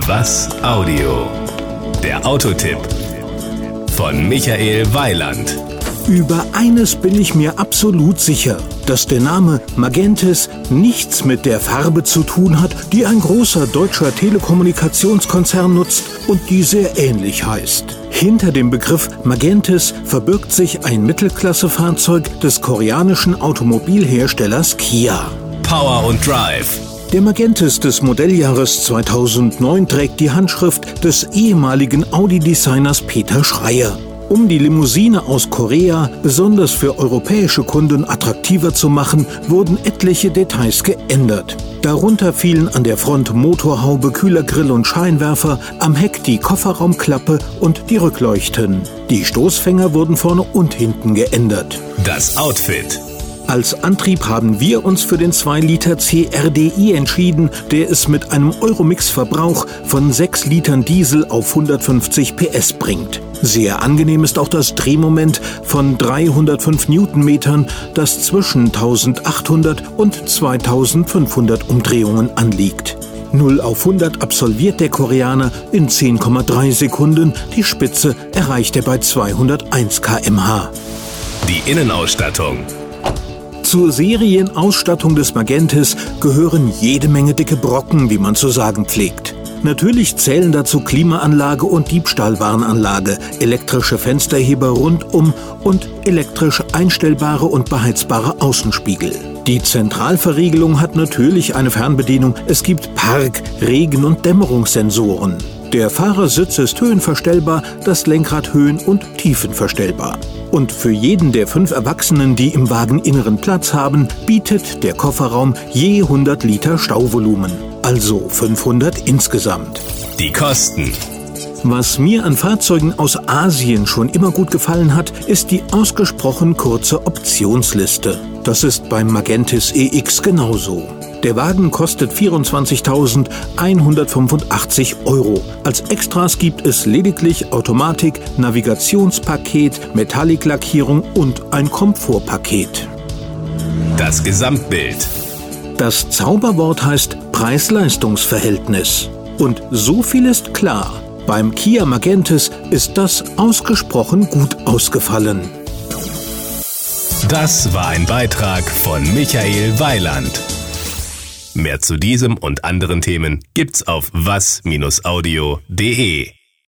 Was Audio? Der Autotipp von Michael Weiland. Über eines bin ich mir absolut sicher, dass der Name Magentis nichts mit der Farbe zu tun hat, die ein großer deutscher Telekommunikationskonzern nutzt und die sehr ähnlich heißt. Hinter dem Begriff Magentis verbirgt sich ein Mittelklassefahrzeug des koreanischen Automobilherstellers Kia. Power und Drive. Der Magentis des Modelljahres 2009 trägt die Handschrift des ehemaligen Audi-Designers Peter Schreier. Um die Limousine aus Korea besonders für europäische Kunden attraktiver zu machen, wurden etliche Details geändert. Darunter fielen an der Front Motorhaube, Kühlergrill und Scheinwerfer, am Heck die Kofferraumklappe und die Rückleuchten. Die Stoßfänger wurden vorne und hinten geändert. Das Outfit. Als Antrieb haben wir uns für den 2 Liter CRDI entschieden, der es mit einem Euromix-Verbrauch von 6 Litern Diesel auf 150 PS bringt. Sehr angenehm ist auch das Drehmoment von 305 Newtonmetern, das zwischen 1800 und 2500 Umdrehungen anliegt. 0 auf 100 absolviert der Koreaner in 10,3 Sekunden, die Spitze erreicht er bei 201 km/h. Die Innenausstattung. Zur Serienausstattung des Magentis gehören jede Menge dicke Brocken, wie man zu sagen pflegt. Natürlich zählen dazu Klimaanlage und Diebstahlwarnanlage, elektrische Fensterheber rundum und elektrisch einstellbare und beheizbare Außenspiegel. Die Zentralverriegelung hat natürlich eine Fernbedienung. Es gibt Park-, Regen- und Dämmerungssensoren. Der Fahrersitz ist höhenverstellbar, das Lenkrad höhen- und tiefenverstellbar. Und für jeden der 5 Erwachsenen, die im Wageninneren Platz haben, bietet der Kofferraum je 100 Liter Stauvolumen. Also 500 insgesamt. Die Kosten. Was mir an Fahrzeugen aus Asien schon immer gut gefallen hat, ist die ausgesprochen kurze Optionsliste. Das ist beim Magentis EX genauso. Der Wagen kostet 24.185 €. Als Extras gibt es lediglich Automatik, Navigationspaket, Metallic-Lackierung und ein Komfortpaket. Das Gesamtbild. Das Zauberwort heißt Preis-Leistungs-Verhältnis. Und so viel ist klar. Beim Kia Magentis ist das ausgesprochen gut ausgefallen. Das war ein Beitrag von Michael Weiland. Mehr zu diesem und anderen Themen gibt's auf was-audio.de.